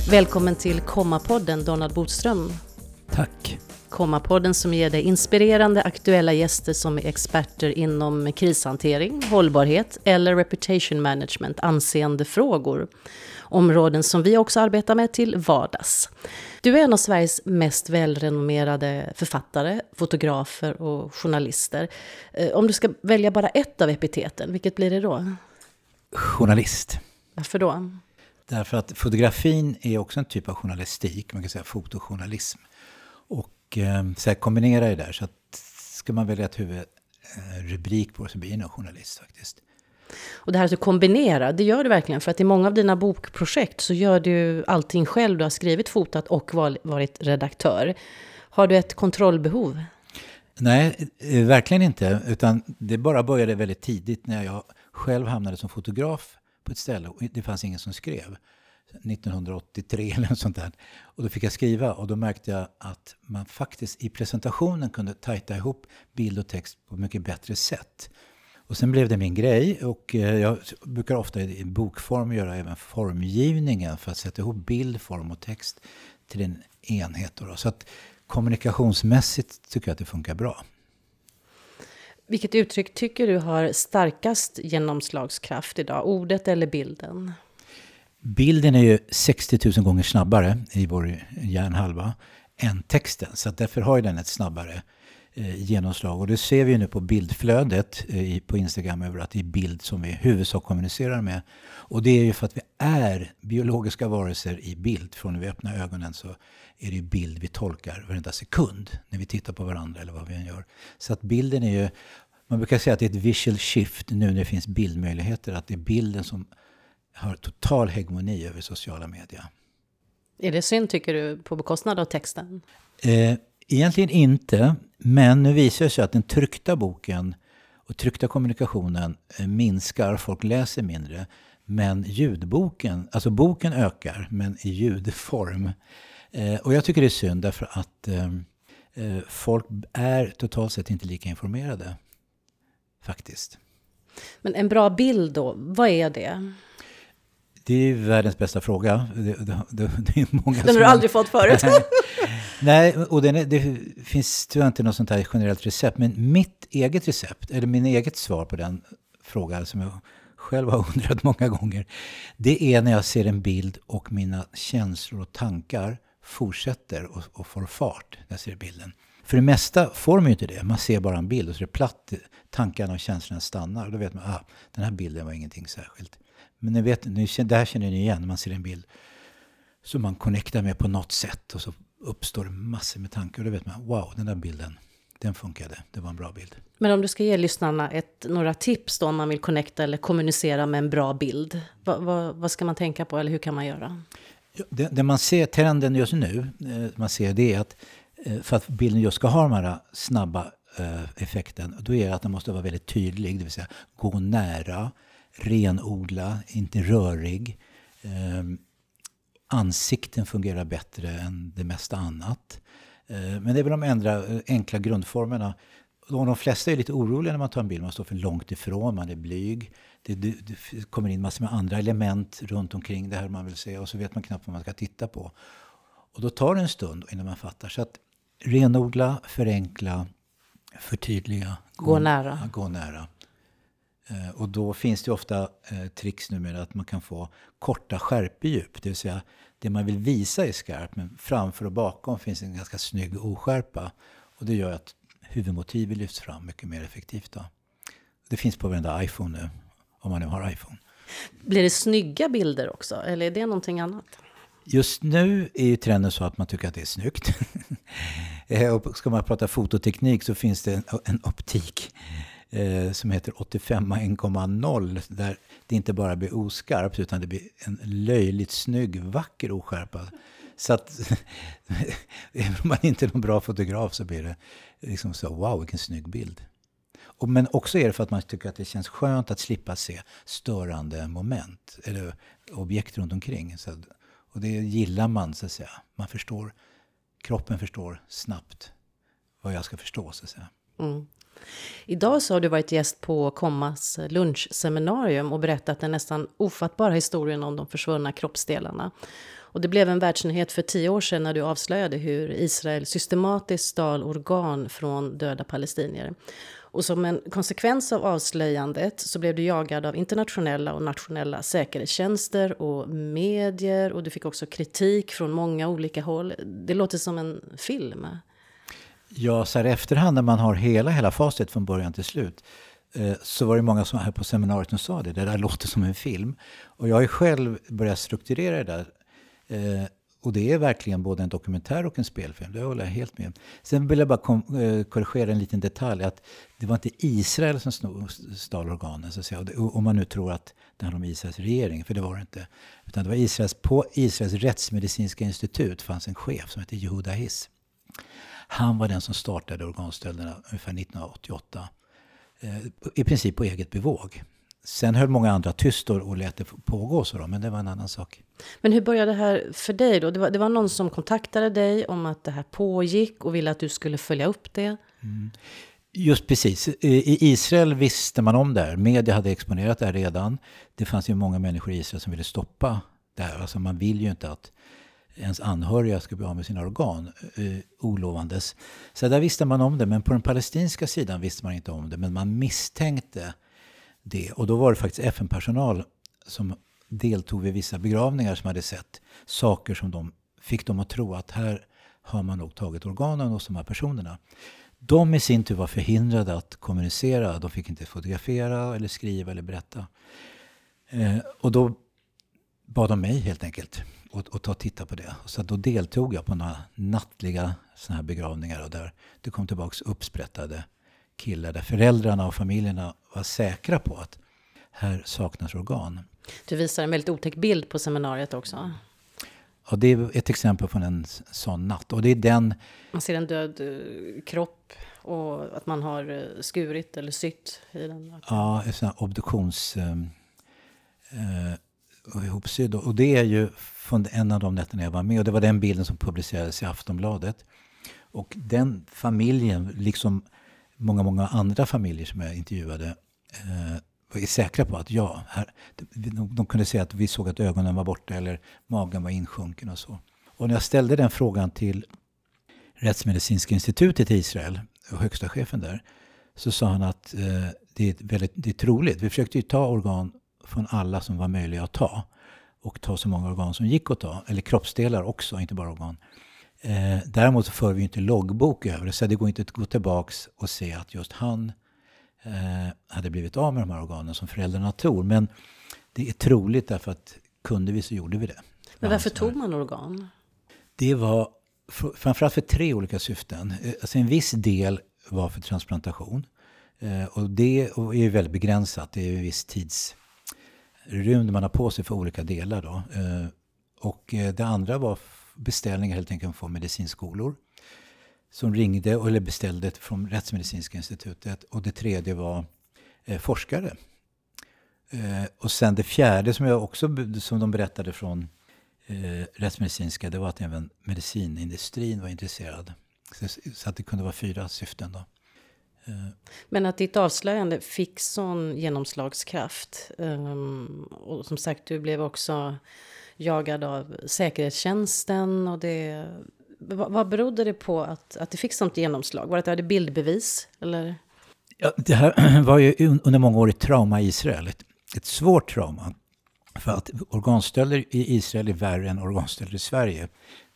Välkommen till Komma-podden, Donald Bodström. Tack. Komma-podden som ger dig inspirerande aktuella gäster som är experter inom krishantering, hållbarhet eller reputation management, anseendefrågor. Områden som vi också arbetar med till vardags. Du är en av Sveriges mest välrenommerade författare, fotografer och journalister. Om du ska välja bara ett av epiteten, vilket blir det då? Journalist. Varför då? Därför att fotografin är också en typ av journalistik, man kan säga fotojournalism. Och så här kombinera det där, så att ska man välja ett huvudrubrik på så blir det nog journalist faktiskt. Och det här att du kombinerar, det gör du verkligen, för att i många av dina bokprojekt så gör du allting själv. Du har skrivit, fotat och varit redaktör. Har du ett kontrollbehov? Nej, verkligen inte, utan det bara började väldigt tidigt när jag själv hamnade som fotograf på ett ställe och det fanns ingen som skrev. 1983 eller något sånt där. Och då fick jag skriva och då märkte jag att man faktiskt i presentationen kunde tajta ihop bild och text på ett mycket bättre sätt. Och sen blev det min grej och jag brukar ofta i bokform göra även formgivningen för att sätta ihop bild, form och text till en enhet. Då. Så att kommunikationsmässigt tycker jag att det funkar bra. Vilket uttryck tycker du har starkast genomslagskraft idag? Ordet eller bilden? Bilden är ju 60 000 gånger snabbare i vår hjärnhalva än texten. Så att därför har den ett snabbare genomslag. Och det ser vi ju nu på bildflödet på Instagram över att det är bild som vi huvudsak kommunicerar med. Och det är ju för att vi är biologiska varelser i bild. Från när vi öppnar ögonen så är det ju bild vi tolkar varenda sekund när vi tittar på varandra eller vad vi än gör. Så att bilden är ju, man brukar säga att det är ett visual shift nu när det finns bildmöjligheter. Att det är bilden som har total hegemoni över sociala medier. Är det synd tycker du på bekostnad av texten? Egentligen inte, men nu visar det sig att den tryckta boken och tryckta kommunikationen minskar, folk läser mindre. Men ljudboken, alltså boken ökar men i ljudform. Och jag tycker det är synd därför att folk är totalt sett inte lika informerade faktiskt. Men en bra bild då, vad är det? Det är världens bästa fråga. Det är många den har du aldrig fått förut. Nej, och det finns tyvärr inte något sånt här generellt recept. Men mitt eget recept, eller min eget svar på den frågan som jag själv har undrat många gånger. Det är när jag ser en bild och mina känslor och tankar fortsätter och får fart när jag ser bilden. För det mesta får man ju inte det. Man ser bara en bild och så är det platt. Tankarna och känslorna stannar. Och då vet man att den här bilden var ingenting särskilt. Men ni vet, det här känner ni igen när man ser en bild som man connectar med på något sätt och så uppstår massor med tankar och då vet man, wow, den där bilden, den funkade, det var en bra bild. Men om du ska ge lyssnarna några tips då om man vill connecta eller kommunicera med en bra bild, vad ska man tänka på eller hur kan man göra? Det man ser, trenden just nu, man ser det är att för att bilden just ska ha de här snabba effekten, då är det att den måste vara väldigt tydlig, det vill säga gå nära, renodla, inte rörig. Ansikten fungerar bättre än det mesta annat. Men det är väl de enkla grundformerna. Och de flesta är lite oroliga när man tar en bild. Man står för långt ifrån, man är blyg. Det kommer in massor med andra element runt omkring det här man vill se. Och så vet man knappt vad man ska titta på. Och då tar det en stund innan man fattar. Så att renodla, förenkla, förtydliga. Gå nära. Gå nära. Och då finns det ofta tricks numera att man kan få korta skärpedjup. Det vill säga det man vill visa är skarpt men framför och bakom finns en ganska snygg oskärpa. Och det gör att huvudmotivet lyfts fram mycket mer effektivt då. Det finns på varenda iPhone nu, om man nu har iPhone. Blir det snygga bilder också eller är det någonting annat? Just nu är ju trenden så att man tycker att det är snyggt. Och ska man prata fototeknik så finns det en optik som heter 85:1,0 där det inte bara blir oskarpt utan det blir en löjligt snygg, vacker oskärpa. Så att även om man inte är någon bra fotograf så blir det liksom så, wow, vilken snygg bild. Men också är det för att man tycker att det känns skönt att slippa se störande moment eller objekt runt omkring. Och det gillar man så att säga. Man förstår, kroppen förstår snabbt vad jag ska förstå så att säga. Mm. Idag så har du varit gäst på Kommas lunchseminarium och berättat den nästan ofattbara historien om de försvunna kroppsdelarna. Och Och det blev en världsnyhet för 10 år sedan när du avslöjade hur Israel systematiskt stal organ från döda palestinier. Och som en konsekvens av avslöjandet så blev du jagad av internationella och nationella säkerhetstjänster och medier. Och du fick också kritik från många olika håll. Det låter som en film. Ja, så här efterhand när man har hela facit från början till slut, så var det många som här på seminariet som sa det där låter som en film. Och jag har ju själv börjat strukturera det där. Och det är verkligen både en dokumentär och en spelfilm. Det håller jag helt med. Sen vill jag bara korrigera en liten detalj. Att det var inte Israel som stal organen. Så att säga. Om man nu tror att det handlar om Israels regering. För det var det inte. Utan det var på Israels rättsmedicinska institut fanns en chef som hette Yehuda Hiss. Han var den som startade organstölderna ungefär 1988. I princip på eget bevåg. Sen höll många andra tyst och lät det pågå så då, men det var en annan sak. Men hur började det här för dig då? Det var någon som kontaktade dig om att det här pågick och ville att du skulle följa upp det? Mm. Just precis. I Israel visste man om det här. Media hade exponerat det här redan. Det fanns ju många människor i Israel som ville stoppa det här. Alltså man vill ju inte att ens anhöriga ska bli av med sina organ olovandes. Så där visste man om det, men på den palestinska sidan visste man inte om det. Men man misstänkte det. Och då var det faktiskt FN-personal som deltog vid vissa begravningar som hade sett saker som de fick dem att tro att här har man nog tagit organen hos de här personerna. De i sin tur var förhindrade att kommunicera. De fick inte fotografera eller skriva eller berätta. Och då bad de mig helt enkelt att ta och titta på det. Så då deltog jag på några nattliga såna här begravningar och där det kom tillbaka uppsprättade killar där föräldrarna och familjerna var säkra på att här saknas organ. Du visar en väldigt otäck bild på seminariet också. Ja, det är ett exempel från en sån natt. Och det är den... Man ser en död kropp och att man har skurit eller sytt i den. Ja, en sån här obduktions... ihopsydd. Och det är ju från en av de nätterna jag var med. Och det var den bilden som publicerades i Aftonbladet. Och den familjen, liksom många andra familjer som jag intervjuade, var säkra på att de kunde säga att vi såg att ögonen var borta eller magen var insjunken och så. Och när jag ställde den frågan till Rättsmedicinska institutet i Israel och högsta chefen där, så sa han att det är troligt. Vi försökte ju ta organ från alla som var möjliga att ta och ta så många organ som gick att ta, eller kroppsdelar också, inte bara organ. Däremot så för vi inte loggbok över det, så det går inte att gå tillbaks och se att just han hade blivit av med de här organen som föräldrarna tror. Men det är troligt därför att kunde vi så gjorde vi det. Men varför tog man organ? Det var framförallt för 3 olika syften. Alltså en viss del var för transplantation. Och det är väldigt begränsat. Det är en viss tidsrymd man har på sig för olika delar då. Och det andra var beställningar helt enkelt från medicinskolor som ringde eller beställde från Rättsmedicinska institutet. Och det tredje var forskare. Och sen det fjärde som de berättade från Rättsmedicinska, det var att även medicinindustrin var intresserad. Så att det kunde vara 4 syften då. Men att ditt avslöjande fick sån genomslagskraft. Och som sagt, du blev också jagad av säkerhetstjänsten. Och vad berodde det på att det fick sånt genomslag? Var det att du hade bildbevis? Eller? Ja, det här var ju under många år ett trauma i Israel. Ett svårt trauma. För att organstölder i Israel är värre än organstölder i Sverige.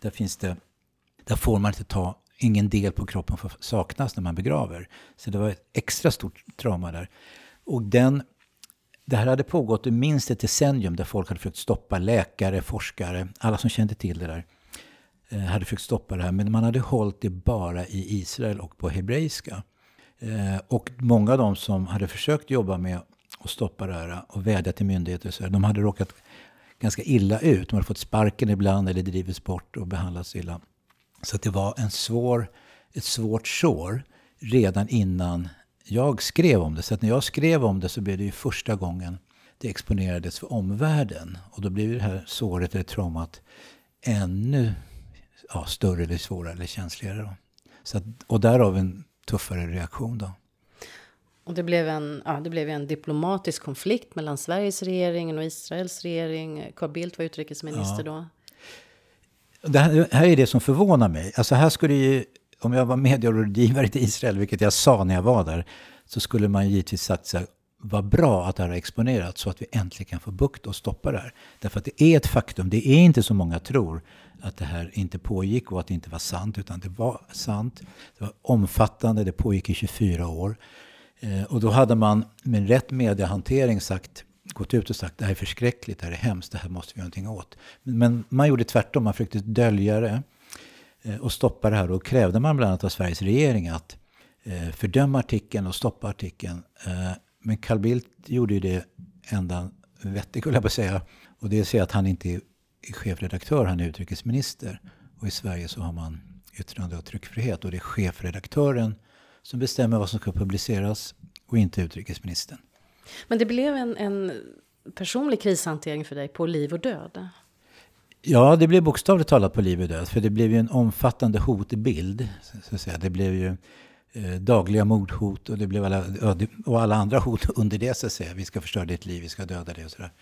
Där får man inte ta, ingen del på kroppen får saknas när man begraver. Så det var ett extra stort trauma där. Och det här hade pågått i minst ett decennium där folk hade försökt stoppa läkare, forskare, alla som kände till det där hade försökt stoppa det här. Men man hade hållit det bara i Israel och på hebreiska. Och många av dem som hade försökt jobba med att stoppa det här och vädja till myndigheter, så de hade råkat ganska illa ut. De hade fått sparken ibland eller drivits bort och behandlats illa. Så att det var ett svårt sår redan innan jag skrev om det. Så att när jag skrev om det så blev det ju första gången det exponerades för omvärlden. Och då blev det här såret eller traumat ännu större eller svårare eller känsligare då. Så att, och därav en tuffare reaktion då. Och det blev en diplomatisk konflikt mellan Sveriges regering och Israels regering. Carl Bildt var utrikesminister då. Det här är det som förvånar mig. Alltså här skulle ju, om jag var medierådgivare till Israel, vilket jag sa när jag var där, så skulle man givetvis sagt så här, vad bra att det här har exponerats så att vi äntligen kan få bukt och stoppa det här. Därför att det är ett faktum, det är inte så många tror att det här inte pågick och att det inte var sant, utan det var sant. Det var omfattande, det pågick i 24 år. Och då hade man med rätt mediehantering gått ut och sagt det här är förskräckligt, det här är hemskt, det här måste vi göra någonting åt. Men man gjorde tvärtom, man försökte dölja det och stoppa det här. Och krävde man bland annat av Sveriges regering att fördöma artikeln och stoppa artikeln. Men Carl Bildt gjorde ju det enda vettigt, skulle jag bara säga. Och det är att säga att han inte är chefredaktör, han är utrikesminister. Och i Sverige så har man yttrande- och tryckfrihet. Och det är chefredaktören som bestämmer vad som ska publiceras och inte utrikesministern. Men det blev en personlig krishantering för dig på liv och död. Ja, det blev bokstavligt talat på liv och död. För det blev ju en omfattande hotbild. Så att säga. Det blev ju dagliga mordhot och det blev alla andra hot under det, så att säga. Vi ska förstöra ditt liv, vi ska döda dig och sådär.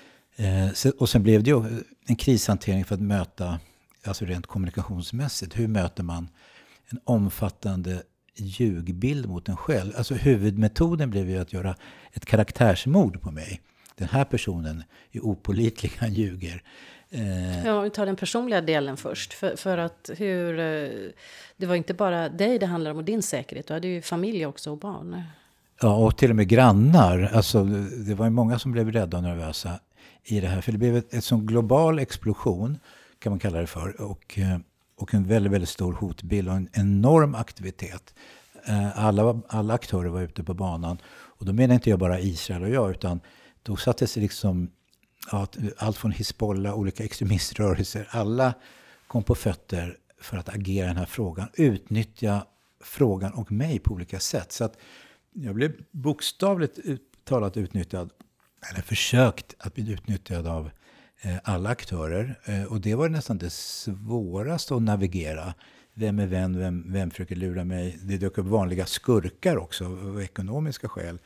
Och sen blev det ju en krishantering för att möta, alltså rent kommunikationsmässigt, hur möter man en omfattande ljugbild mot en själv. Alltså huvudmetoden blev ju att göra ett karaktärsmord på mig. Den här personen är opålitlig, han ljuger. Ja, vi tar den personliga delen först. För att det var inte bara dig det handlar om och din säkerhet. Du hade ju familj också och barn. Ja, och till och med grannar. Alltså, det var ju många som blev rädda och nervösa i det här. För det blev ett sån global explosion, kan man kalla det för. Och en väldigt, väldigt stor hotbild och en enorm aktivitet. Alla aktörer var ute på banan. Och då menar inte jag bara Israel och jag, utan då satte sig liksom allt från Hizbollah, olika extremiströrelser. Alla kom på fötter för att agera i den här frågan. Utnyttja frågan och mig på olika sätt. Så att jag blev bokstavligt talat utnyttjad, eller försökt att bli utnyttjad av alla aktörer. Och det var nästan det svåraste att navigera. Vem är vem försöker lura mig? Det dök upp vanliga skurkar också, av ekonomiska skäl.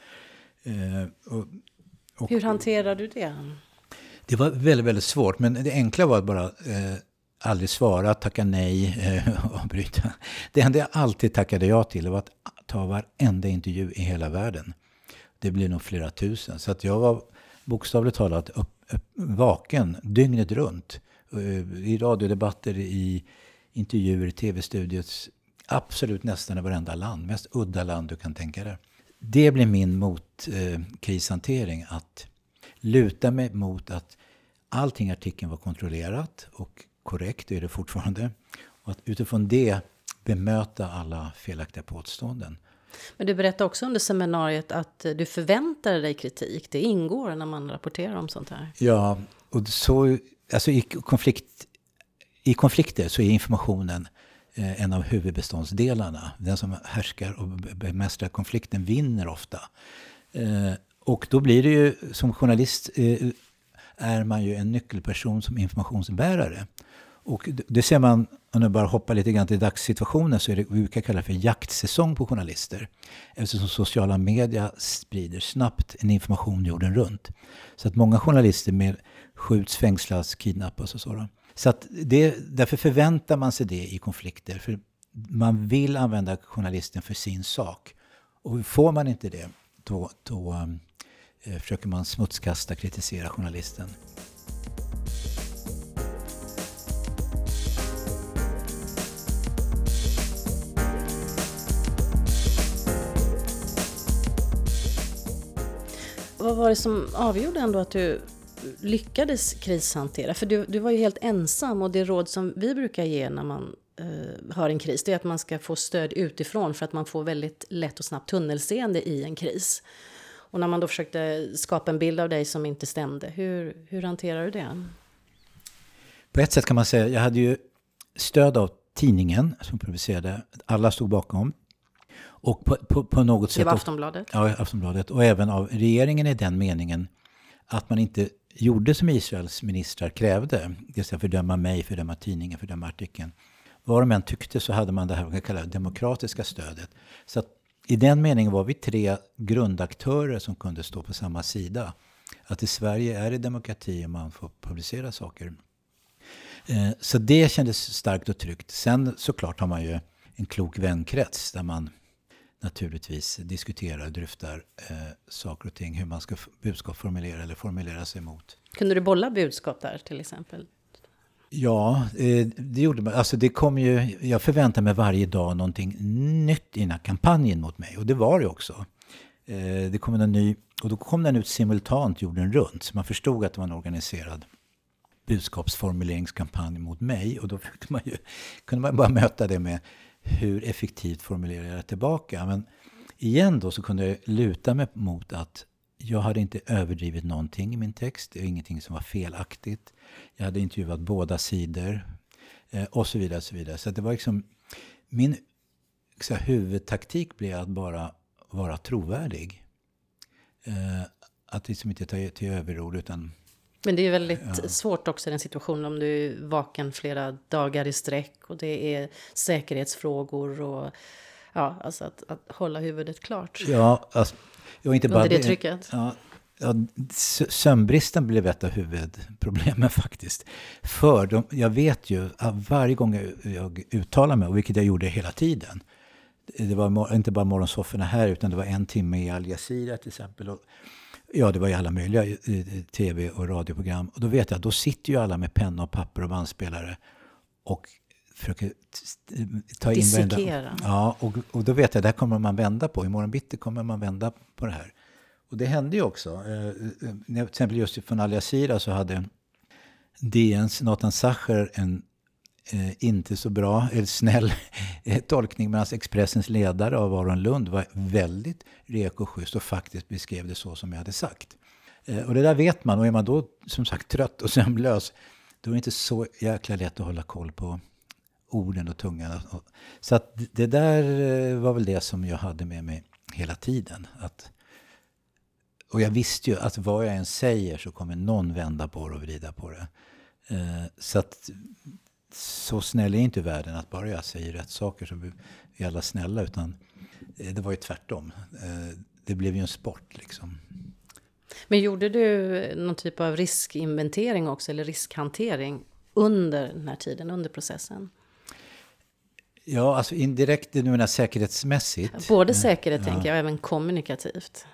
Hur hanterar du det? Det var väldigt, väldigt svårt. Men det enkla var att bara aldrig svara, tacka nej och avbryta. Det enda jag alltid tackade ja till var att ta varenda intervju i hela världen. Det blir nog flera tusen. Så att jag var bokstavligt talat vaken dygnet runt. I radiodebatter, i intervjuer, i tv-studios. Absolut nästan i varenda land. Mest udda land du kan tänka dig. Det blev min motkrishantering, att luta mig mot att allting i artikeln var kontrollerat och korrekt, det är det fortfarande. Och att utifrån det bemöta alla felaktiga påståenden. Men du berättade också under seminariet att du förväntade dig kritik. Det ingår när man rapporterar om sånt här. Ja, och så, alltså i konflikter så är informationen en av huvudbeståndsdelarna. Den som härskar och bemästrar konflikten vinner ofta. Och då blir det ju, som journalist är man ju en nyckelperson som informationsbärare. Och det ser man, om jag bara hoppar lite grann till dagssituationen, så är det vi kan kalla för jaktsäsong på journalister. Eftersom sociala medier sprider snabbt en information jorden runt. Så att många journalister skjuts, fängslas, kidnappas och så. Så att därför förväntar man sig det i konflikter. För man vill använda journalisten för sin sak. Och får man inte det, då försöker man smutskasta, kritisera journalisten. Vad var det som avgjorde ändå att du lyckades krishantera? För du var ju helt ensam, och det råd som vi brukar ge när man har en kris, det är att man ska få stöd utifrån, för att man får väldigt lätt och snabbt tunnelseende i en kris. Och när man då försökte skapa en bild av dig som inte stämde, hur hanterar du det? På ett sätt kan man säga, jag hade ju stöd av tidningen som publicerade, alla stod bakom. Och på något sätt... Det var Aftonbladet? Ja, Aftonbladet. Och även av regeringen i den meningen att man inte gjorde som Israels ministrar krävde. Det vill säga fördöma mig, fördöma tidningen, fördöma artikeln. Vad de än tyckte så hade man det här, vad jag kallar demokratiska stödet. Så att i den meningen var vi 3 grundaktörer som kunde stå på samma sida. Att i Sverige är det demokrati och man får publicera saker. Så det kändes starkt och tryggt. Sen såklart har man ju en klok vänkrets där man naturligtvis diskuterar och dryftar saker och ting. Hur man ska budskap formulera eller formulera sig mot. Kunde du bolla budskap där till exempel? Ja, det gjorde man. Alltså det kom ju, jag förväntar mig varje dag någonting nytt i den här kampanjen mot mig. Och det var det också. Det kom en ny, och då kom den ut simultant jorden runt. Så man förstod att det var en organiserad budskapsformuleringskampanj mot mig. Och då kunde man bara möta det med hur effektivt formulerar jag det tillbaka. Men igen då så kunde jag luta mig mot att jag hade inte överdrivit någonting i min text. Det var ingenting som var felaktigt. Jag hade intervjuat båda sidor. Och så vidare. Så vidare. Så det var liksom min huvudtaktik blev att bara vara trovärdig. Att liksom inte ta till överord utan... Men det är ju väldigt svårt också i den situationen om du är vaken flera dagar i sträck och det är säkerhetsfrågor och alltså att hålla huvudet klart. Ja, alltså, jag inte bara under det trycket. Sömnbristen blev ett av huvudproblemen faktiskt. För jag vet ju att varje gång jag uttalar mig, och vilket jag gjorde hela tiden. Det var inte bara morgonsofforna här utan det var en timme i Al Jazeera till exempel. Och, det var i alla möjliga tv- och radioprogram. Och då vet jag att då sitter ju alla med penna och papper och bandspelare och försöker ta in varenda. Ja, och då vet jag att det här kommer man vända på. Imorgon bitti kommer man vända på det här. Och det hände ju också. Till exempel just från Al Jazeera så hade DNs Nathan Sacher en inte så bra eller snäll tolkning, medan Expressens ledare av Aron Lund var väldigt rek och schysst och faktiskt beskrev det så som jag hade sagt. Och det där vet man, och är man då som sagt trött och sömnlös, då är det inte så jäkla lätt att hålla koll på orden och tungan. Så att det där var väl det som jag hade med mig hela tiden. Och jag visste ju att vad jag än säger så kommer någon vända på det och vrida på det. Så att så snäll är inte världen att bara jag säger rätt saker så är alla snälla, utan det var ju tvärtom. Det blev ju en sport liksom. Men gjorde du någon typ av riskinventering också eller riskhantering under den här tiden, under processen? Ja, alltså indirekt, du menar säkerhetsmässigt. Både säkerhet tänker jag, även kommunikativt.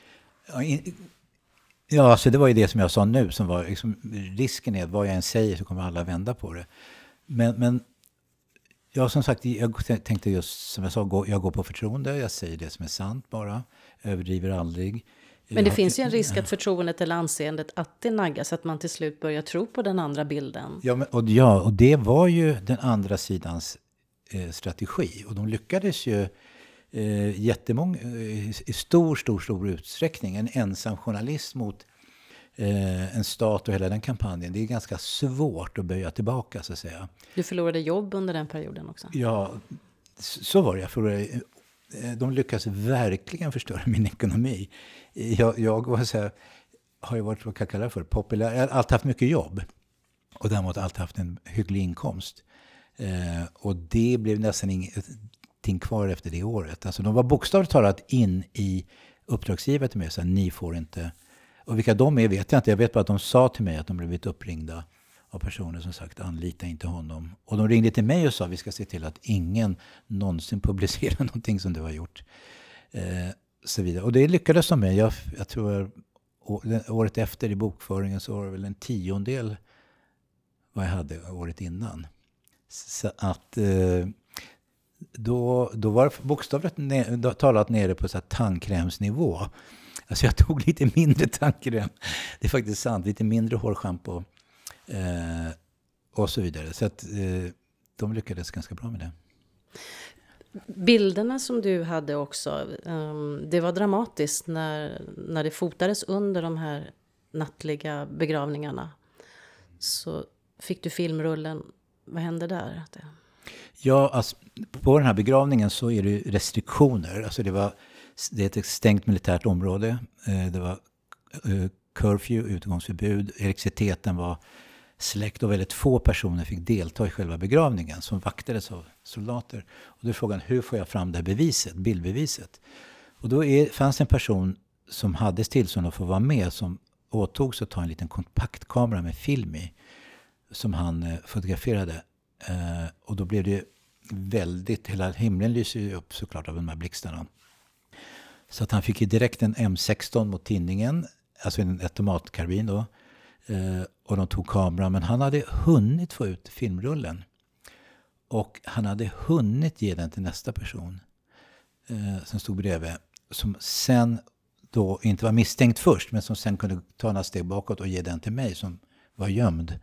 Ja, alltså det var ju det som jag sa nu som var liksom, risken är att vad jag än säger så kommer alla vända på det. Men ja, som sagt, jag tänkte just som jag sa, jag går på förtroende, jag säger det som är sant bara, överdriver aldrig. Men det finns ju en risk att förtroendet eller anseendet att det naggas, att man till slut börjar tro på den andra bilden. Ja, och det var ju den andra sidans strategi. Och de lyckades ju jättemånga, i stor utsträckning. En ensam journalist mot en stat och hela den kampanjen. Det är ganska svårt att böja tillbaka så att säga. Du förlorade jobb under den perioden också? Ja, så var det. De lyckas verkligen förstöra min ekonomi. Jag var så här, har ju varit, vad kan jag kalla det för, populär. Jag har alltid haft mycket jobb. Och däremot alltid haft en hygglig inkomst. Och det blev nästan ingenting kvar efter det året. Alltså de var bokstavligt talat in i uppdragsgivet med så här, ni får inte. Och vilka de är vet jag inte. Jag vet bara att de sa till mig att de blivit uppringda av personer som sagt, anlita inte honom. Och de ringde till mig och sa, vi ska se till att ingen någonsin publicerar någonting som du har gjort. Så vidare. Och det lyckades de med. Jag tror året efter i bokföringen så var det väl 1/10 vad jag hade året innan. Så att då var det bokstavligt talat nere på så här tandkrämsnivå. Alltså jag tog lite mindre tandkräm. Det är faktiskt sant. Lite mindre hårschampo. Och så vidare. Så att de lyckades ganska bra med det. Bilderna som du hade också, det var dramatiskt när det fotades under de här nattliga begravningarna. Så fick du filmrullen. Vad hände där? Ja, alltså, på den här begravningen så är det restriktioner. Alltså det är ett stängt militärt område. Det var curfew, utgångsförbud. Elektriciteten var släckt och väldigt få personer fick delta i själva begravningen som vaktades av soldater. Och då är frågan, hur får jag fram det här beviset, bildbeviset? Och då fanns en person som hade tillstånd att få vara med som åtogs att ta en liten kompaktkamera med film i. som han fotograferade. Och då blev det väldigt, hela himlen lyser ju upp såklart av de här blixtarna. Så att han fick ju direkt en M16 mot tinningen, alltså en automatkarbin då. Och de tog kameran, men han hade hunnit få ut filmrullen. Och han hade hunnit ge den till nästa person som stod bredvid. Som sen då inte var misstänkt först, men som sen kunde ta några steg bakåt och ge den till mig som var gömd.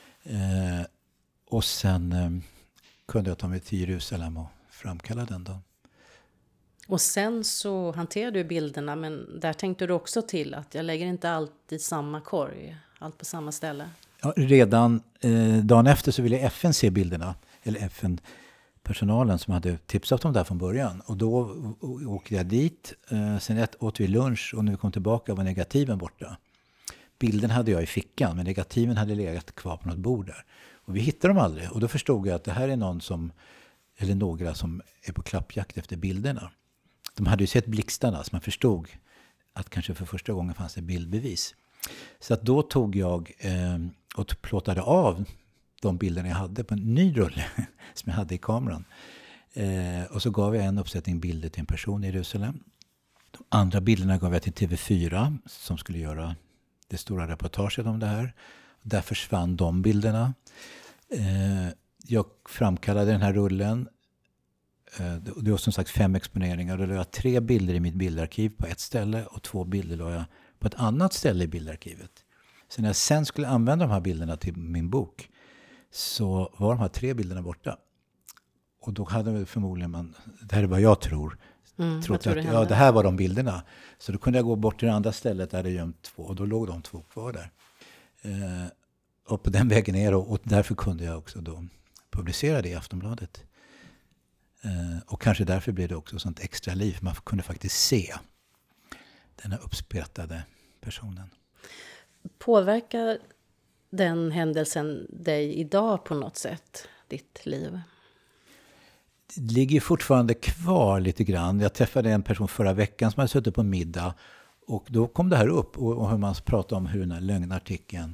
Och sen kunde jag ta mig till Jerusalem och framkalla den då. Och sen så hanterade du bilderna, men där tänkte du också till att jag lägger inte allt i samma korg, allt på samma ställe. Ja, redan dagen efter så ville FN se bilderna, eller FN-personalen som hade tipsat om det här från början. Och då åkte jag dit, sen åt vi lunch och när vi kom tillbaka var negativen borta. Bilden hade jag i fickan, men negativen hade legat kvar på något bord där. Och vi hittade dem aldrig, och då förstod jag att det här är någon som, eller några som är på klappjakt efter bilderna. De hade ju sett blixtarna, så man förstod att kanske för första gången fanns det bildbevis. Så att då tog jag och plåtade av de bilderna jag hade på en ny rulle som jag hade i kameran. Och så gav jag en uppsättning bilder till en person i Jerusalem. De andra bilderna gav jag till TV4 som skulle göra det stora reportaget om det här. Där försvann de bilderna. Jag framkallade den här rullen. Det var som sagt 5 exponeringar. Då la jag 3 bilder i mitt bildarkiv på ett ställe och 2 bilder la jag på ett annat ställe i bildarkivet. Så när jag sen skulle använda de här bilderna till min bok så var de här 3 bilderna borta. Och då hade väl förmodligen det här är vad jag tror, trott att det här var de bilderna. Så då kunde jag gå bort till det andra stället där det gömt 2 och då låg de 2 kvar där. Och på den vägen ner och därför kunde jag också då publicera det i Aftonbladet. Och kanske därför blev det också sånt extra liv. Man kunde faktiskt se den här uppspetade personen. Påverkar den händelsen dig idag på något sätt, ditt liv? Det ligger fortfarande kvar lite grann. Jag träffade en person förra veckan som hade suttit på middag. Och då kom det här upp och hur man pratade om hur den här lögnartikeln,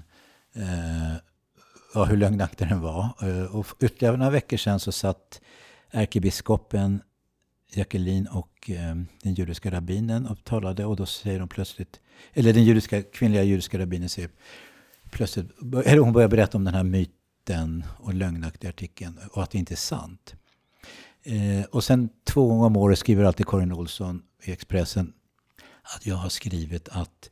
hur lögnaktig den var. Och ytterligare några veckor sedan så satt ärkebiskopen Jacqueline och den judiska rabbinen och talade, och då säger de plötsligt, eller den kvinnliga judiska rabbinen säger plötsligt, eller hon börjar berätta om den här myten och lögnaktiga artikeln och att det inte är sant. Och sen 2 gånger om året skriver alltid Karin Olsson i Expressen att jag har skrivit att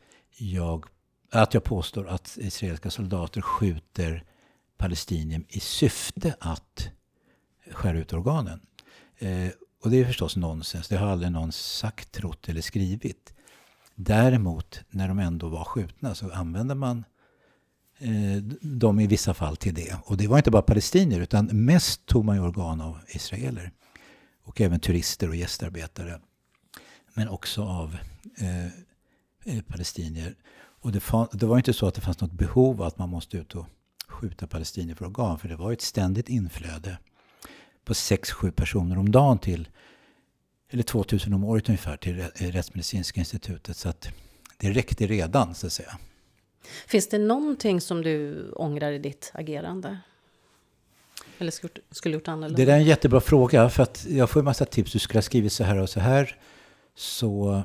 jag påstår att israeliska soldater skjuter palestinier i syfte att skära ut organen. Och det är förstås nonsens. Det har aldrig någon sagt, trott eller skrivit. Däremot, när de ändå var skjutna så använder man dem i vissa fall till det. Och det var inte bara palestinier utan mest tog man ju organ av israeler. Och även turister och gästarbetare. Men också av palestinier. Och det var inte så att det fanns något behov att man måste ut och skjuta palestinier för organ. För det var ett ständigt inflöde på 6-7 personer om dagen till, eller 2000 om året ungefär, till Rättsmedicinska institutet. Så att det räckte redan, så att säga. Finns det någonting som du ångrar i ditt agerande? Eller skulle gjort annorlunda? Det där är en jättebra fråga, för att jag får en massa tips. Du skulle ha skrivit så här och så här, så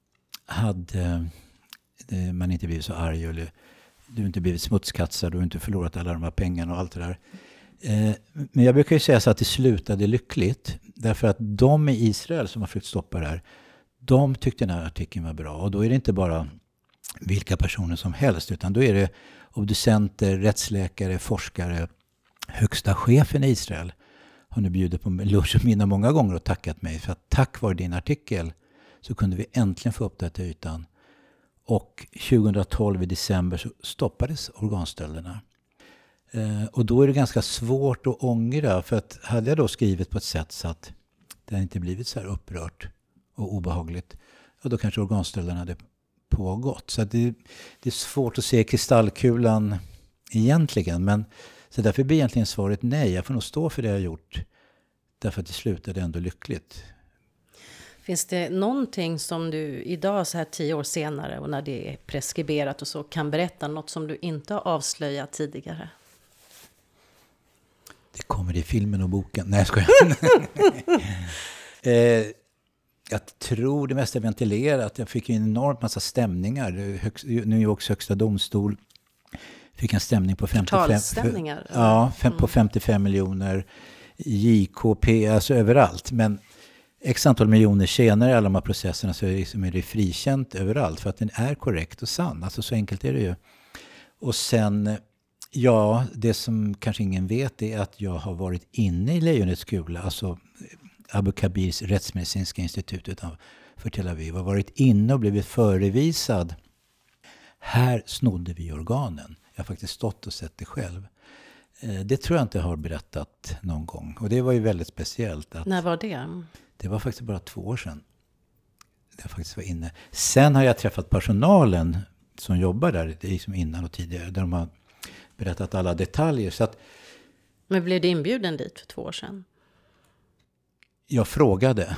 hade man inte blivit så arg, eller du inte blivit smutskatsad, du har inte förlorat alla de här pengarna och allt det där. Men jag brukar ju säga så att det slutade lyckligt. Därför att de i Israel som har försökt stoppa det här, de tyckte den här artikeln var bra. Och då är det inte bara vilka personer som helst, utan då är det obducenter, rättsläkare, forskare. Högsta chefen i Israel har nu bjudit på lunch och middag många gånger och tackat mig. För att tack vare din artikel så kunde vi äntligen få upp det till ytan. Och 2012 i december så stoppades organstölderna. Och då är det ganska svårt att ångra, för att hade jag då skrivit på ett sätt så att det inte blivit så här upprört och obehagligt, och då kanske organstölderna hade pågått. Så att det är svårt att se kristallkulan egentligen, men så därför blir egentligen svaret nej. Jag får nog stå för det jag har gjort, därför att det slutade ändå lyckligt. Finns det någonting som du idag så här 10 år senare och när det är preskriberat och så kan berätta, något som du inte har avslöjat tidigare? Det kommer i filmen och boken. Nej, jag skojar. Jag tror det mesta är ventilerat. Jag fick en enormt massa stämningar. New Yorks högsta domstol fick en stämning på 55, på 55 miljoner. JKP, alltså överallt. Men x antal miljoner senare i alla de här processerna så är det frikänt överallt. För att den är korrekt och sann. Alltså så enkelt är det ju. Och sen, det som kanske ingen vet är att jag har varit inne i Lejonets kula. Alltså Abu Kabirs rättsmedicinska institut utanför Tel Aviv. Har varit inne och blivit förevisad. Här snodde vi organen. Jag har faktiskt stått och sett det själv. Det tror jag inte har berättat någon gång. Och det var ju väldigt speciellt. När var det? Det var faktiskt bara 2 år sedan. Jag faktiskt var inne. Sen har jag träffat personalen som jobbar där. Det är som innan och tidigare. Där de har berättat alla detaljer. Så att, men blev du inbjuden dit för 2 år sedan? Jag frågade.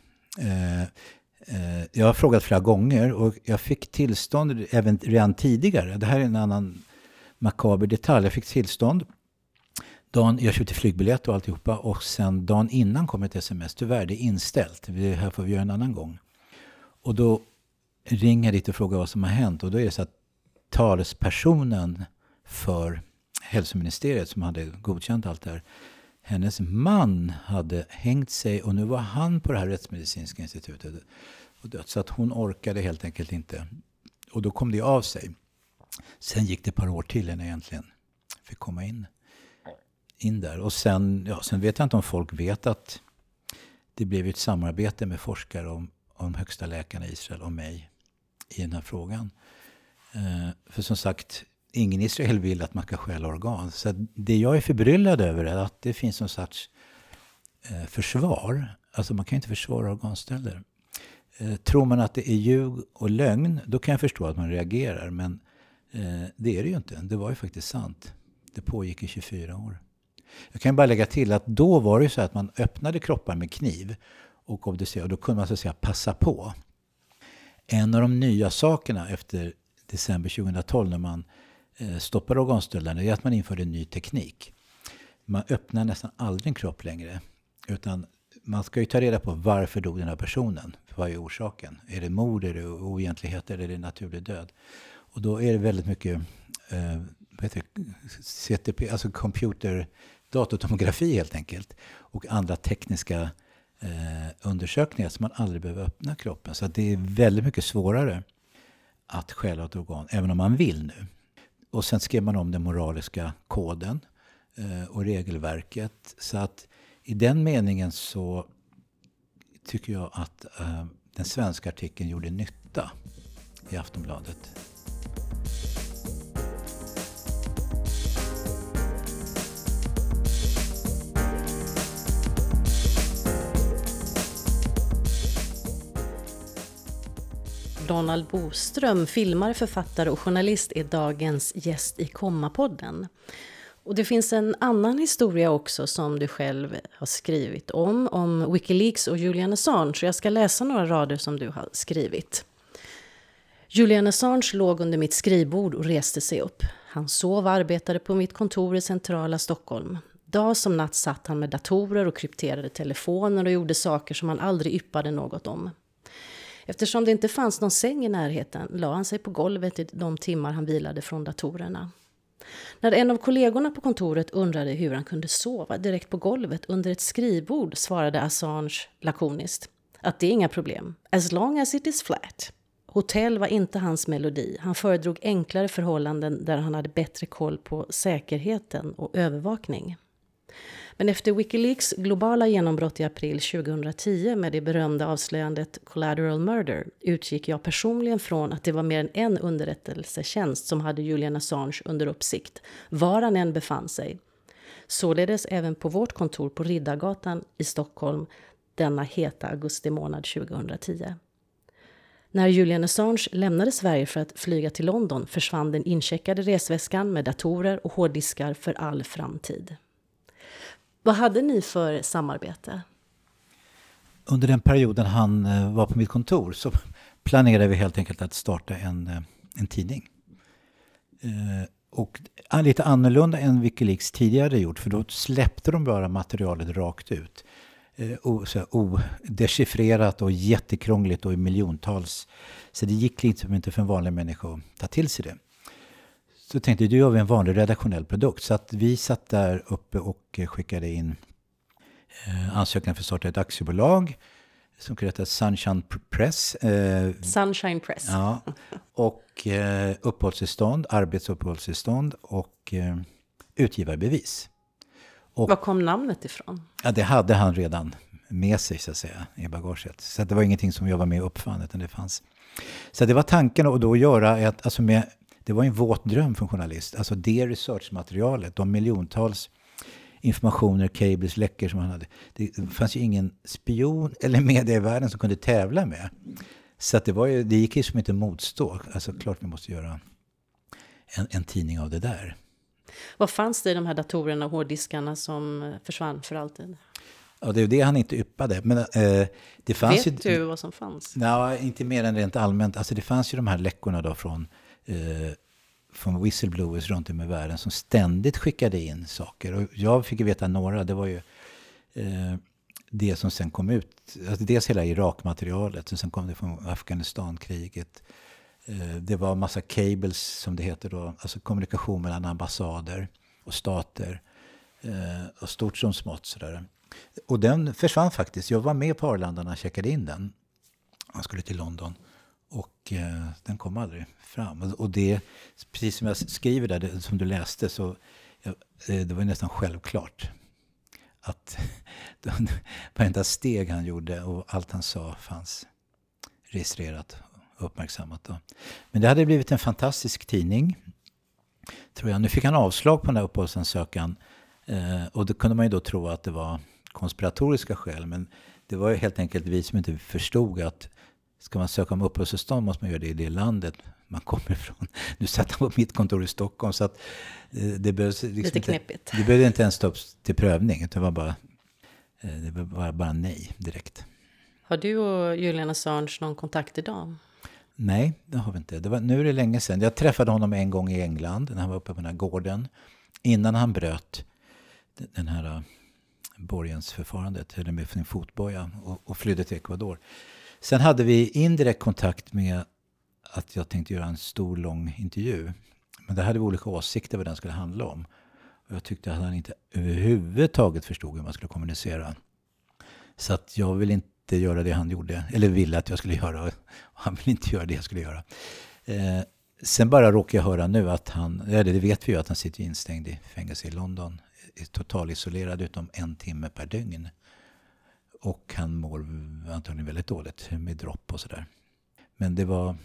Jag har frågat flera gånger. Och jag fick tillstånd även redan tidigare. Det här är en annan makaber detalj. Jag fick tillstånd. Jag köpte flygbiljett och alltihopa. Och sen dagen innan kom ett sms. Tyvärr, det är inställt. Det här får vi göra en annan gång. Och då ringer jag dit och frågar vad som har hänt. Och då är det så att talespersonen för hälsoministeriet som hade godkänt allt det här. Hennes man hade hängt sig och nu var han på det här rättsmedicinska institutet och dött. Så att hon orkade helt enkelt inte. Och då kom det av sig. Sen gick det ett par år till innan jag egentligen fick komma in där. Och sen vet jag inte om folk vet att det blev ett samarbete med forskare om högsta läkarna i Israel och mig i den här frågan. För som sagt, ingen i Israel vill att man ska stjäla organ. Så det jag är förbryllad över är att det finns någon sorts försvar. Alltså man kan inte försvara organställer. Tror man att det är ljug och lögn, då kan jag förstå att man reagerar. Men det är det ju inte. Det var ju faktiskt sant. Det pågick i 24 år. Jag kan bara lägga till att då var det så att man öppnade kroppar med kniv och obducerade. Och då kunde man så att säga passa på. En av de nya sakerna efter december 2012 när man stoppade organstölderna är att man införde en ny teknik. Man öppnar nästan aldrig en kropp längre. Utan man ska ju ta reda på varför dog den här personen. Vad är orsaken? Är det mord, är det oegentligheter eller är det naturlig död? Och då är det väldigt mycket CTP, alltså datortomografi helt enkelt. Och andra tekniska undersökningar som man aldrig behöver öppna kroppen. Så att det är väldigt mycket svårare att stjäla ett organ, även om man vill nu. Och sen skrev man om den moraliska koden och regelverket. Så att i den meningen så tycker jag att den svenska artikeln gjorde nytta i Aftonbladet. Donald Boström, filmare, författare och journalist, är dagens gäst i Komma-podden. Och det finns en annan historia också som du själv har skrivit om Wikileaks och Julian Assange. Så jag ska läsa några rader som du har skrivit. Julian Assange låg under mitt skrivbord och reste sig upp. Han sov och arbetade på mitt kontor i centrala Stockholm. Dag som natt satt han med datorer och krypterade telefoner och gjorde saker som han aldrig yppade något om. Eftersom det inte fanns någon säng i närheten la han sig på golvet i de timmar han vilade från datorerna. När en av kollegorna på kontoret undrade hur han kunde sova direkt på golvet under ett skrivbord svarade Assange lakoniskt att det är inga problem, as long as it is flat. Hotell var inte hans melodi. Han föredrog enklare förhållanden där han hade bättre koll på säkerheten och övervakning. Men efter Wikileaks globala genombrott i april 2010 med det berömda avslöjandet Collateral Murder utgick jag personligen från att det var mer än en underrättelsetjänst som hade Julian Assange under uppsikt, var han än befann sig. Således även på vårt kontor på Riddargatan i Stockholm denna heta augusti månad 2010. När Julian Assange lämnade Sverige för att flyga till London försvann den incheckade resväskan med datorer och hårddiskar för all framtid. Vad hade ni för samarbete? Under den perioden han var på mitt kontor så planerade vi helt enkelt att starta en tidning. Och lite annorlunda än Wikileaks tidigare gjort, för då släppte de bara materialet rakt ut. Odechiffrerat och jättekrångligt och i miljontals. Så det gick liksom inte för en vanlig människa att ta till sig det. Så tänkte jag, då gör vi en vanlig redaktionell produkt. Så att vi satt där uppe och skickade in ansökan för att starta ett aktiebolag som heter Sunshine Press. Sunshine Press. Ja, och uppehållstillstånd, arbetsuppehållstillstånd och utgivarbevis. Och, var kom namnet ifrån? Ja, det hade han redan med sig så att säga i bagaget. Så det var ingenting som jag var med och uppfann, utan det fanns. Så det var tanken att då göra det var en våt dröm för en journalist. Alltså det researchmaterialet, de miljontals informationer, cables, läckor som han hade. Det fanns ju ingen spion eller media i världen som kunde tävla med. Så att det gick ju som inte motstå. Alltså klart vi måste göra en tidning av det där. Vad fanns det i de här datorerna och hårddiskarna som försvann för alltid? Ja, det är det han inte yppade. Men, det fanns Vet du vad som fanns? Nej, inte mer än rent allmänt. Alltså det fanns ju de här läckorna då från whistleblowers runt om i världen som ständigt skickade in saker. Och jag fick ju veta några. Det var ju det som sen kom ut. Alltså dels hela Irak-materialet. Och sen kom det från Afghanistan-kriget. Det var massa cables som det heter då. Alltså kommunikation mellan ambassader och stater. Och stort som smått sådär. Och den försvann faktiskt. Jag var med på Arlanda när jag checkade in den. Han skulle till London. Och den kom aldrig fram. Och det, precis som jag skriver där, som du läste, så det var nästan självklart att varenda steg han gjorde och allt han sa fanns registrerat och uppmärksammat. Då. Men det hade blivit en fantastisk tidning, tror jag. Nu fick han avslag på den här uppehållsansökan. Och då kunde man ju då tro att det var konspiratoriska skäl. Men det var ju helt enkelt vi som inte förstod att ska man söka om uppehållstillstånd måste man göra det i det landet man kommer ifrån. Nu satt han på mitt kontor i Stockholm, så att det behövs liksom lite knepigt. Det behövde inte ens ta upp till prövning. Det var bara nej direkt. Har du och Julian Assange någon kontakt idag? Nej, det har vi inte. Nu är det länge sedan. Jag träffade honom en gång i England när han var uppe på den här gården. Innan han bröt den här borgensförfarandet, eller med sin fotboja, och flydde till Ecuador. Sen hade vi indirekt kontakt med att jag tänkte göra en stor, lång intervju. Men där hade vi olika åsikter vad den skulle handla om. Och jag tyckte att han inte överhuvudtaget förstod hur man skulle kommunicera. Så att jag vill inte göra det han gjorde. Eller ville att jag skulle göra. Och han vill inte göra det jag skulle göra. Sen bara råkar jag höra nu att det vet vi ju, att han sitter instängd i fängelse i London. Totalisolerad utom 1 timme per dygn. Och han mår antagligen väldigt dåligt med dropp och sådär. Men det var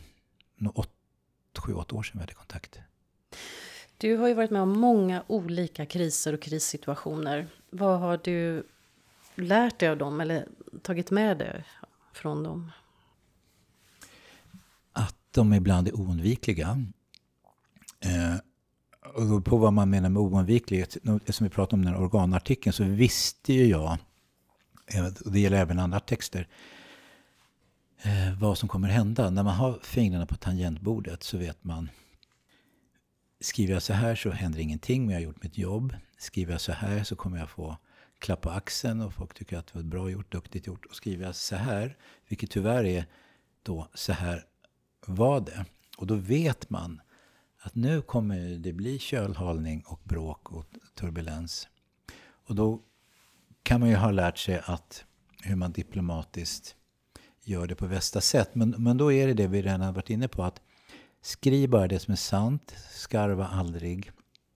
7-8 år sedan vi hade kontakt. Du har ju varit med om många olika kriser och krissituationer. Vad har du lärt dig av dem eller tagit med dig från dem? Att de ibland är oundvikliga. Och på vad man menar med oundviklighet, som vi pratade om den här organartikeln, så visste ju jag, och det gäller även andra texter, vad som kommer hända. När man har fingrarna på tangentbordet så vet man, skriver jag så här så händer ingenting, men jag har gjort mitt jobb. Skriver jag så här så kommer jag få klapp på axeln och folk tycker att det var bra gjort, duktigt gjort. Och skriver jag så här, vilket tyvärr är då så här var det. Och då vet man att nu kommer det bli kölhalning och bråk och turbulens. Och då kan man ju ha lärt sig att hur man diplomatiskt gör det på bästa sätt. Men då är det vi redan har varit inne på, att skriv bara det som är sant, skarva aldrig.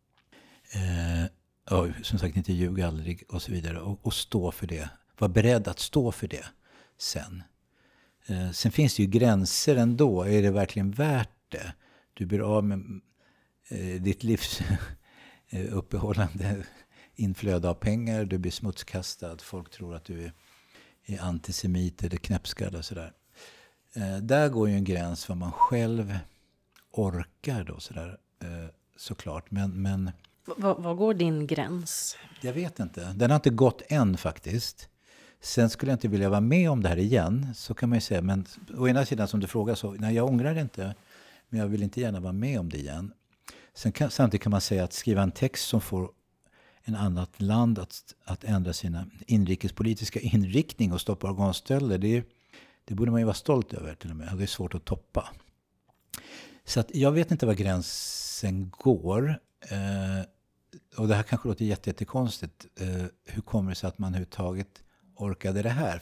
Som sagt, inte ljuga aldrig och så vidare. Och stå för det. Var beredd att stå för det sen. Sen finns det ju gränser ändå. Är det verkligen värt det? Du blir av med ditt livs uppehållande inflöde av pengar. Du blir smutskastad. Folk tror att du är antisemit eller knäppskall och sådär. Där går ju en gräns vad man själv orkar då sådär, såklart. Men vad går din gräns? Jag vet inte. Den har inte gått än faktiskt. Sen skulle jag inte vilja vara med om det här igen. Så kan man ju säga. Men å ena sidan som du frågar så, nej, jag ångrar det inte. Men jag vill inte gärna vara med om det igen. Samtidigt kan man säga att skriva en text som får en annat land att ändra sina inrikespolitiska inriktning och stoppa organstölder, det borde man ju vara stolt över till och med. Det är svårt att toppa. Så att jag vet inte var gränsen går. Och det här kanske låter jättekonstigt. Hur kommer det sig att man överhuvudtaget orkade det här?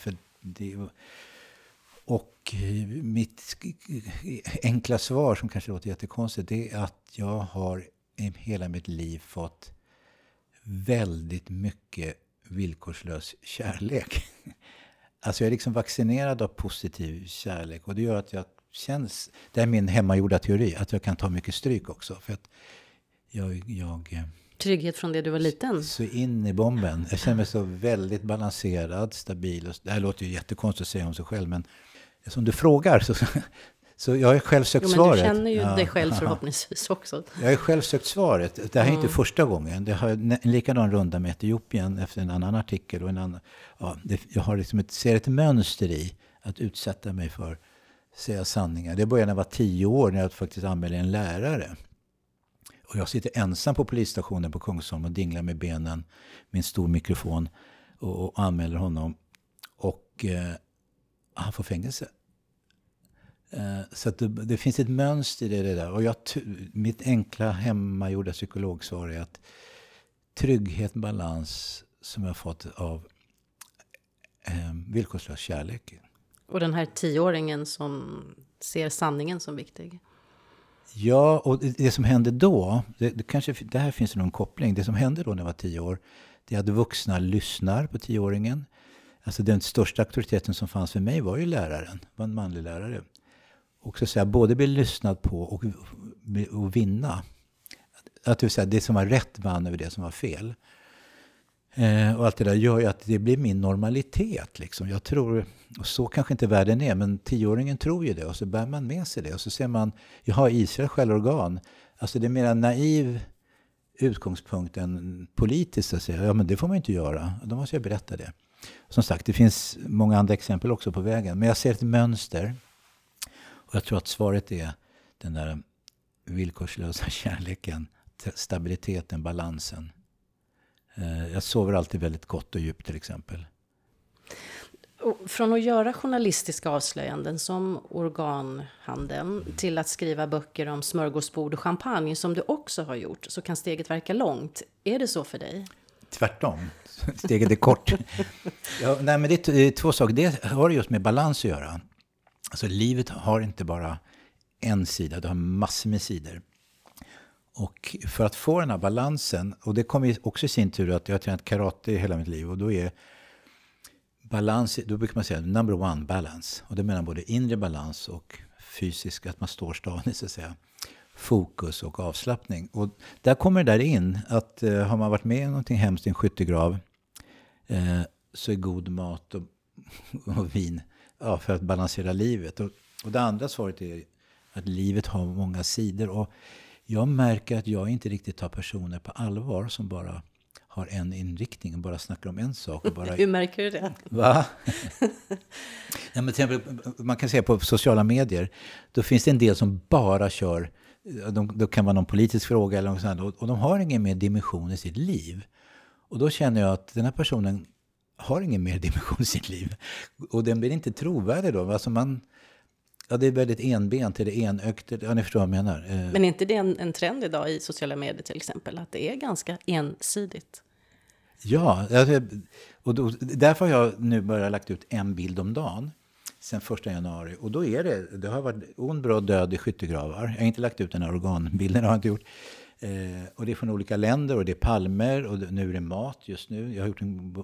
Och mitt enkla svar, som kanske låter jättekonstigt, det är att jag har i hela mitt liv fått väldigt mycket villkorslös kärlek. Alltså jag är liksom vaccinerad av positiv kärlek. Och det gör att jag känns, det är min hemmagjorda teori, att jag kan ta mycket stryk också. För att jag trygghet från det du var liten. Så in i bomben. Jag känner mig så väldigt balanserad, stabil. Det här låter ju jättekonstigt att säga om sig själv, men som du frågar så jag har själv sökt svaret. Men du känner ju dig själv förhoppningsvis också. Jag har själv sökt svaret. Det här är inte första gången. Det har en likadan runda med Etiopien efter en annan artikel. Och en annan, jag har liksom ser ett mönster i att utsätta mig för säga sanningar. Det började när jag var 10 år när jag faktiskt anmälde en lärare. Och jag sitter ensam på polisstationen på Kungsholm och dinglar med benen med en stor mikrofon och anmäler honom. Och han får fängelse. Så att det finns ett mönster i det där. Och mitt enkla hemmagjorda psykologsvar är att trygghet, balans som jag har fått av villkorslös kärlek. Och den här 10-åringen som ser sanningen som viktig. Ja, och det som hände då, det här finns någon koppling. Det som hände då när jag var 10 år, det är att vuxna lyssnar på 10-åringen. Alltså den största auktoriteten som fanns för mig var ju läraren, var en manlig lärare. Och så säga, både bli lyssnad på och vinna. Att det vill säga, det som var rätt vann över det som var fel. Och allt det där gör ju att det blir min normalitet. Liksom. Jag tror, och så kanske inte världen är, men 10-åringen tror ju det. Och så bär man med sig det. Och så ser man, Israel självorgan. Alltså det är mer en naiv utgångspunkt än politiskt att säga, ja men det får man inte göra. Då måste jag berätta det. Som sagt, det finns många andra exempel också på vägen. Men jag ser ett mönster. Och jag tror att svaret är den där villkorslösa kärleken, stabiliteten, balansen. Jag sover alltid väldigt gott och djupt till exempel. Och från att göra journalistiska avslöjanden som organhandeln till att skriva böcker om smörgåsbord och champagne som du också har gjort, så kan steget verka långt. Är det så för dig? Tvärtom. Steget är kort. Nej, men det är 2 saker. Det har just med balans att göra. Alltså livet har inte bara en sida, det har massor med sidor. Och för att få den här balansen, och det kommer också i sin tur att jag har tränat karate i hela mitt liv, och då är balans, då brukar man säga number 1, balance. Och det menar både inre balans och fysisk, att man står stadigt så att säga. Fokus och avslappning. Och där kommer det där in att har man varit med i någonting hemskt i en skyttegrav så är god mat och vin för att balansera livet. Och det andra svaret är att livet har många sidor. Och jag märker att jag inte riktigt tar personer på allvar som bara har en inriktning och bara snackar om en sak. Och bara... Hur märker du det? Va? Ja, men till exempel, man kan säga på sociala medier, då finns det en del som bara kör, då kan vara någon politisk fråga eller något sånt, och de har ingen mer dimension i sitt liv. Och då känner jag att den här personen har ingen mer dimension i sitt liv. Och den blir inte trovärdig då. Alltså det är väldigt enbent eller enögt. Ja, ni förstår vad jag menar. Men är inte det en trend idag i sociala medier till exempel? Att det är ganska ensidigt? Ja, och därför har jag nu börjat lagt ut en bild om dagen. Sen 1 januari. Och då är det har varit ond, bråd död i skyttegravar. Jag har inte lagt ut den här organbilden, har jag inte gjort. Och det är från olika länder och det är palmer och nu är det mat just nu. Jag har gjort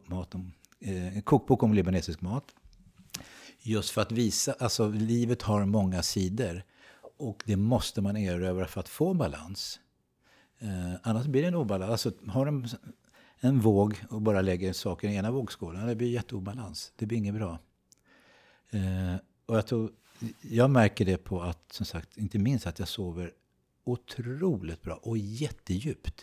en kokbok om libanesisk mat. Just för att visa, alltså livet har många sidor och det måste man erövra för att få balans. Annars blir det en obalans. Alltså har en våg och bara lägger saker i ena vågskålen, det blir jätteobalans. Det blir inget bra. Och jag märker det på att, som sagt, inte minst att jag sover otroligt bra och jättedjupt.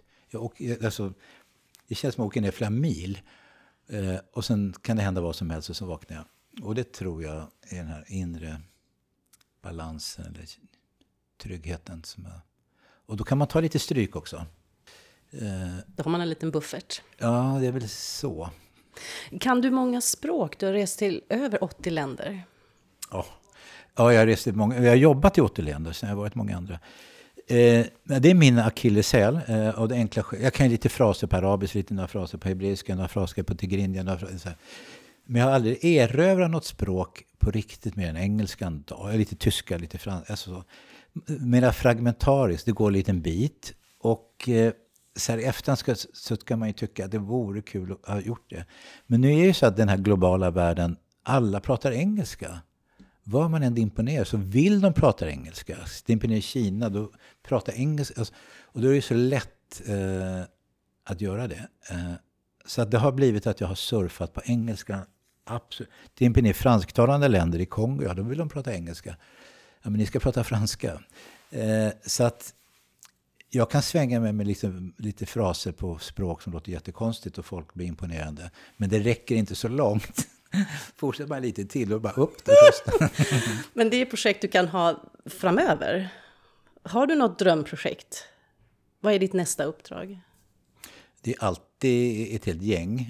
Det känns som att jag åker ner flera mil. Och sen kan det hända vad som helst och så vaknar jag. Och det tror jag är den här inre balansen eller tryggheten som jag Och då kan man ta lite stryk också. Då har man en liten buffert. Ja, det är väl så. Kan du många språk? Du har rest till över 80 länder. Ja, jag har rest till många. Jag har jobbat i 80 länder, sen har jag varit många andra. Det är min akilleshäl. Och det enkla, jag kan ju lite fraser på arabiska, lite några fraser på hebreiska, några fraser på tigrinja. Men jag har aldrig erövrat något språk på riktigt mer än engelskan. Lite tyska, lite franska. Alltså mera fragmentariskt, det går en liten bit. Och så här i efterhand så ska man ju tycka att det vore kul att ha gjort det. Men nu är det ju så att den här globala världen, alla pratar engelska. Var man än imponerar så vill de prata engelska. Dimpen i Kina, då pratar engelska. Och då är det så lätt att göra det. Så att det har blivit att jag har surfat på engelska. Absolut. Dimpen i fransktalande länder i Kongo, ja, då vill de prata engelska. Ja, men ni ska prata franska. Så att jag kan svänga mig med lite fraser på språk som låter jättekonstigt och folk blir imponerande. Men det räcker inte så långt. Fortsätt bara lite till och bara upp det. Men det är projekt du kan ha framöver. Har du något drömprojekt? Vad är ditt nästa uppdrag? Det är alltid ett helt gäng.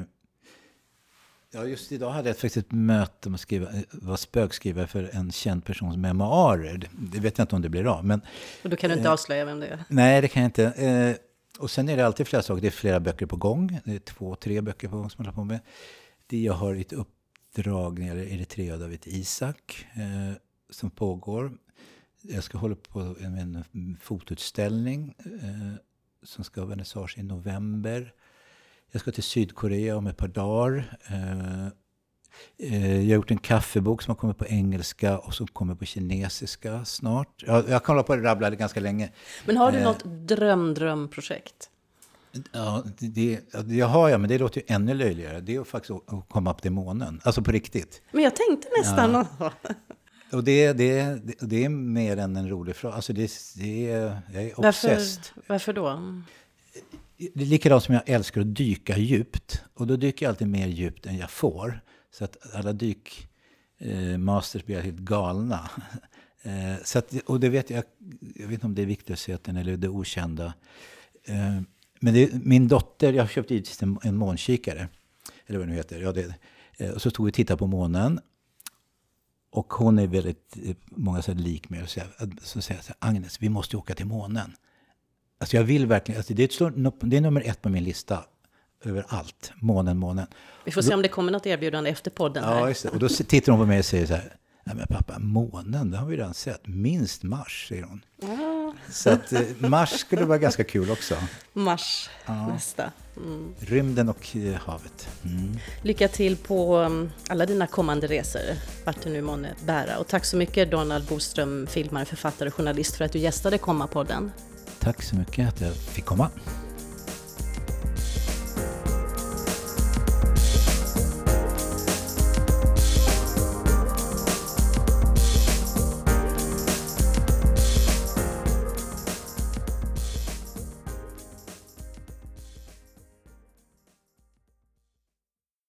Ja, just idag hade jag faktiskt ett möte om att vara spökskrivare för en känd persons memoarer. Det vet jag inte om det blir av. Men, och då kan du inte avslöja vem det är? Nej, det kan jag inte. Och sen är det alltid flera saker. Det är flera böcker på gång. Det är 2-3 böcker på gång som jag håller på med. Jag har ett uppdrag när det gäller Eritrea och David Isak som pågår. Jag ska hålla på med en fotutställning som ska ha vernissage i november. Jag ska till Sydkorea om ett par dagar. Jag har gjort en kaffebok som har kommit på engelska och som kommer på kinesiska snart. Jag kan hålla på att rabbla det ganska länge. Men har du något drömprojekt? Ja, det har jag, men det låter ju ännu löjligare. Det är faktiskt att komma upp till månen. Alltså på riktigt. Men jag tänkte nästan... Ja. Och det är mer än en rolig fråga. Alltså jag är obsessed. Varför då? Det är likadant som jag älskar att dyka djupt. Och då dyker jag alltid mer djupt än jag får. Så att alla dykmasters blir helt galna. Så att, och det vet jag vet inte om det är viktigheten eller det okända. Men min dotter, jag har köpt givetvis en månkikare. Eller vad det nu heter. Ja, och så tog vi och tittade på månen. Och hon är väldigt många så lik mig. Så säger jag så här, Agnes, vi måste åka till månen. Alltså jag vill verkligen, alltså det är nummer 1 på min lista över allt. Månen. Vi får se om det kommer något erbjudande efter podden här. Ja, just det. Och då tittar hon på mig och säger så här, nej men pappa, månen, det har vi redan sett. Minst Mars, säger hon. Ja. Så att Mars skulle vara ganska kul också. Mars, nästa. Mm. Rymden och havet. Mm. Lycka till på alla dina kommande resor, vart du nu måste bära. Och tack så mycket Donald Boström, filmare, författare och journalist för att du gästade Komma-podden. Tack så mycket att jag fick komma.